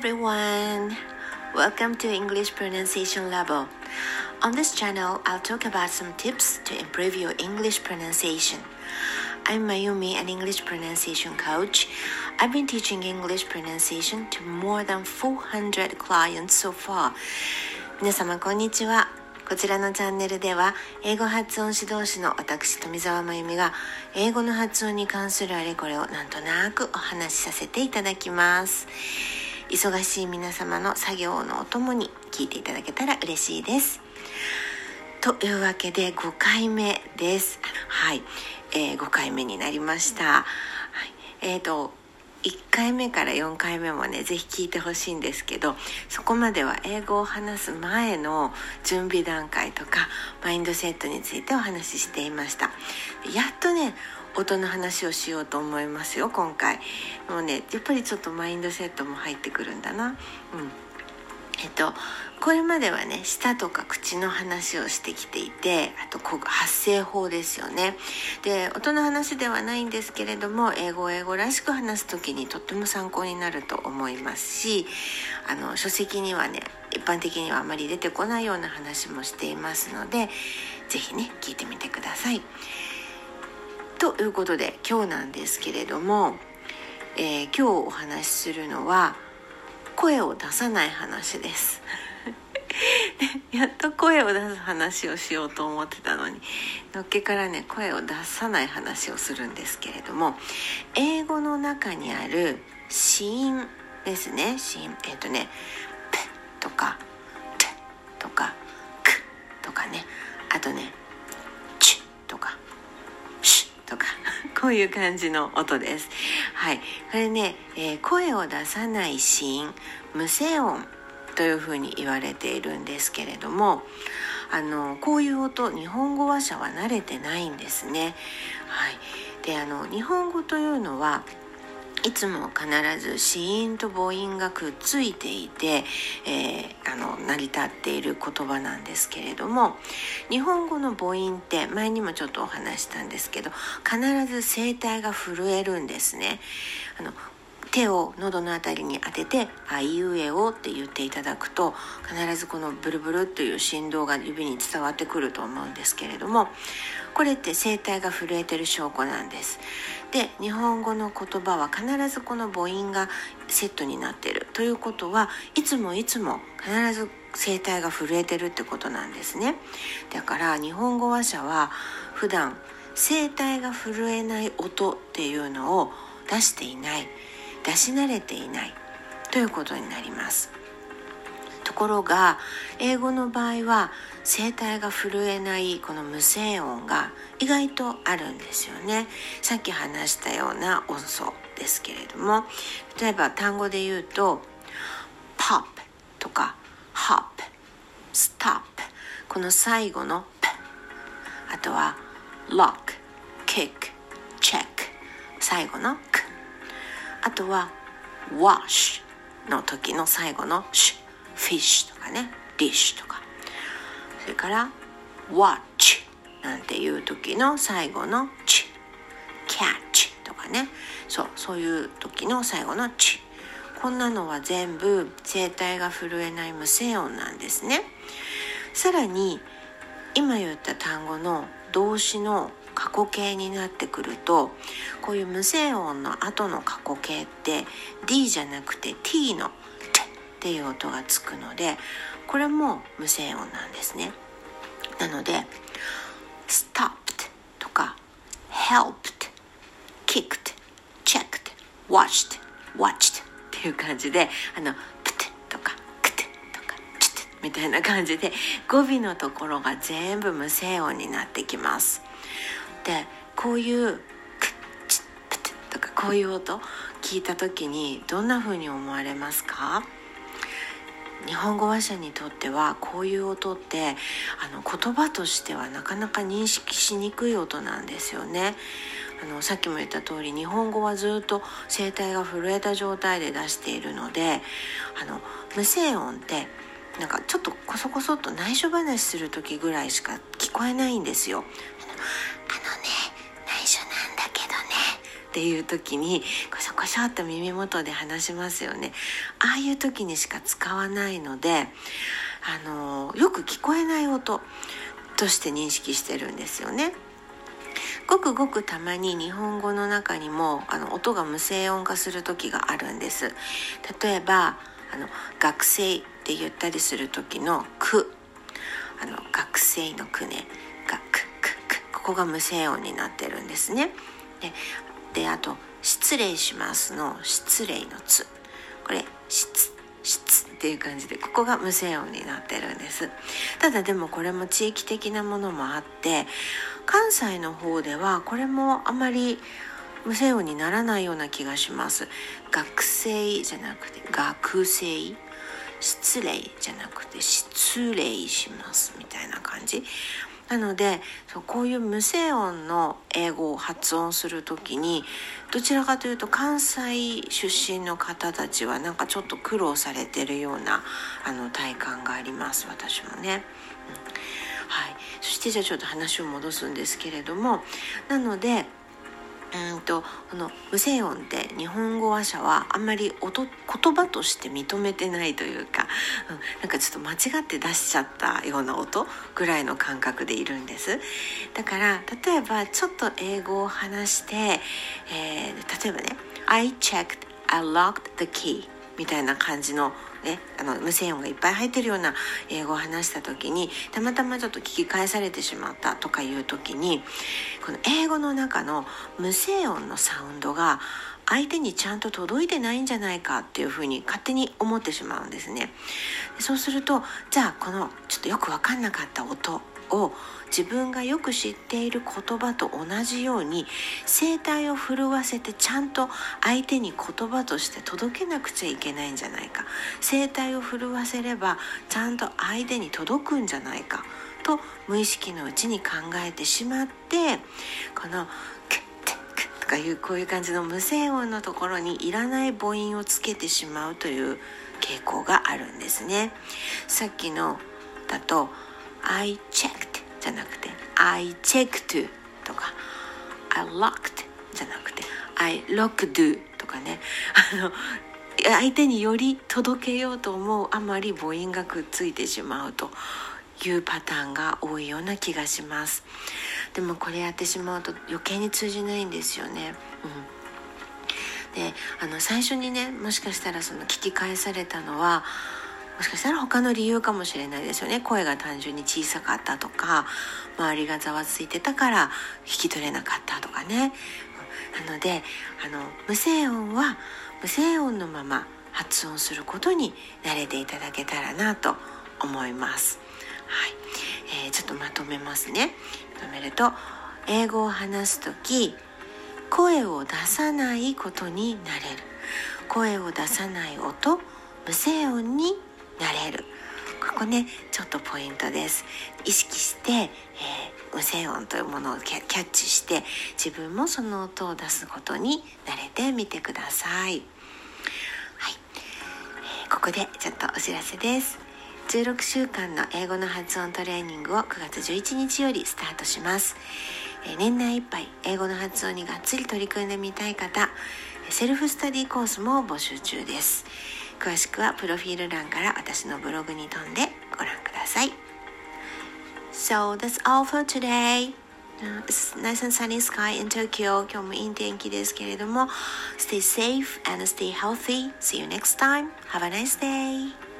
everyone! Welcome to English Pronunciation Labo. On this channel, I'll talk about some tips to improve your English pronunciation. I'm Mayumi, an English pronunciation coach. I've been teaching English pronunciation to more than 400 clients so far. 皆様こんにちは。こちらのチャンネルでは英語発音指導士の私富澤真由美が英語の発音に関するあれこれをなんとなくお話しさせていただきます。忙しい皆様の作業のお供に聞いていただけたら嬉しいです。というわけで5回目です。はい、5回目になりました。はい、1回目から4回目もねぜひ聞いてほしいんですけど、そこまでは英語を話す前の準備段階とかマインドセットについてお話ししていました。やっとね音の話をしようと思いますよ今回。もうねやっぱりちょっとマインドセットも入ってくるんだな。これまではね舌とか口の話をしてきていて、あと発声法ですよね。で音の話ではないんですけれども、英語らしく話すときにとっても参考になると思いますし、書籍にはね一般的にはあまり出てこないような話もしていますので、ぜひね聞いてみてください。ということで今日なんですけれども、今日お話しするのは声を出さない話ですやっと声を出す話をしようと思ってたのに、のっけからね声を出さない話をするんですけれども、英語の中にある子音ですね。子音プとかトとかクとかね、あとねチとかシとかこういう感じの音です。はい、これね、声を出さない子音、無声音というふうに言われているんですけれども、こういう音日本語話者は慣れてないんですね。はい、で日本語というのはいつも必ず子音と母音がくっついていて、成り立っている言葉なんですけれども、日本語の母音って前にもちょっとお話したんですけど、必ず声帯が震えるんですね。手を喉のあたりに当ててあいうえおって言っていただくと、必ずこのブルブルという振動が指に伝わってくると思うんですけれども、これって声帯が震えてる証拠なんです。で日本語の言葉は必ずこの母音がセットになっているということは、いつも必ず声帯が震えてるってことなんですね。だから日本語話者は普段声帯が震えない音っていうのを出していない、出し慣れていないということになります。ところが英語の場合は声帯が震えないこの無声音が意外とあるんですよね。さっき話したような音素ですけれども、例えば単語で言うと pop とか hop、stop、 この最後の p、 あとは lock、 kick、 check、 最後の k、 あとは wash の時の最後の sh、 fish とかね dish とか、それから watch なんていう時の最後の ch、 catch とかね、そういう時の最後の ch、 こんなのは全部声帯が震えない無声音なんですね。さらに今言った単語の動詞の過去形になってくると、こういう無声音の後の過去形って D じゃなくて T の T っていう音がつくので、これも無声音なんですね。なので stopped とか helped、 kicked、 checked、 watched、 watched っていう感じでプテとかクテとかチテみたいな感じで語尾のところが全部無声音になってきます。でこういうクチプテとかこういう音聞いた時にどんな風に思われますか？日本語話者にとってはこういう音って言葉としてはなかなか認識しにくい音なんですよね。さっきも言った通り日本語はずっと声帯が震えた状態で出しているので、無声音ってなんかちょっとコソコソっと内緒話する時ぐらいしか聞こえないんですよ。内緒なんだけどねっていう時にコショコショっと耳元で話しますよね。ああいう時にしか使わないので、よく聞こえない音として認識してるんですよね。ごくごくたまに日本語の中にも音が無声音化する時があるんです。例えば学生って言ったりする時のく、学生のくねがくここが無声音になってるんですね。であと失礼しますの失礼のつ、これ失っていう感じでここが無声音になってるんです。ただでもこれも地域的なものもあって、関西の方ではこれもあまり無声音にならないような気がします。学生じゃなくて学生、失礼じゃなくて失礼しますみたいな感じなので、こういう無声音の英語を発音するときにどちらかというと関西出身の方たちはなんかちょっと苦労されてるような体感があります。私もね、はい。そしてじゃあちょっと話を戻すんですけれども、なのでこの無声音って日本語話者はあんまり言葉として認めてないというか、なんかちょっと間違って出しちゃったような音ぐらいの感覚でいるんです。だから例えばちょっと英語を話して、例えばね I checked, I locked the key みたいな感じのね、無声音がいっぱい入ってるような英語を話した時にたまたまちょっと聞き返されてしまったとかいう時に、この英語の中の無声音のサウンドが相手にちゃんと届いてないんじゃないかっていうふうに勝手に思ってしまうんですね。そうするとじゃあこのちょっとよく分かんなかった音を自分がよく知っている言葉と同じように声帯を震わせてちゃんと相手に言葉として届けなくちゃいけないんじゃないか、声帯を震わせればちゃんと相手に届くんじゃないかと無意識のうちに考えてしまって、このクッテクッとかいうこういう感じの無声音のところにいらない母音をつけてしまうという傾向があるんですね。さっきのだとI checked じゃなくて I checked とか I locked じゃなくて I locked とかね、相手により届けようと思うあまり母音がくっついてしまうというパターンが多いような気がします。でもこれやってしまうと余計に通じないんですよね。で最初にね、もしかしたらその聞き返されたのはもしかしたら他の理由かもしれないですよね。声が単純に小さかったとか、周りがざわついてたから聞き取れなかったとかね。なので無声音は無声音のまま発音することに慣れていただけたらなと思います。はい。ちょっとまとめますね。まとめると、英語を話すとき声を出さないことになれる。声を出さない音、無声音になれる。ここね、ちょっとポイントです。意識して、無声音というものをキャッチして自分もその音を出すことに慣れてみてください。はい。ここでちょっとお知らせです。16週間の英語の発音トレーニングを9月11日よりスタートします。年内いっぱい英語の発音にがっつり取り組んでみたい方、セルフスタディコースも募集中です。詳しくはプロフィール欄から私のブログに飛んでご覧ください。So that's all for today. It's nice and sunny sky in Tokyo. 今日もいい天気ですけれども、Stay safe and stay healthy. See you next time. Have a nice day.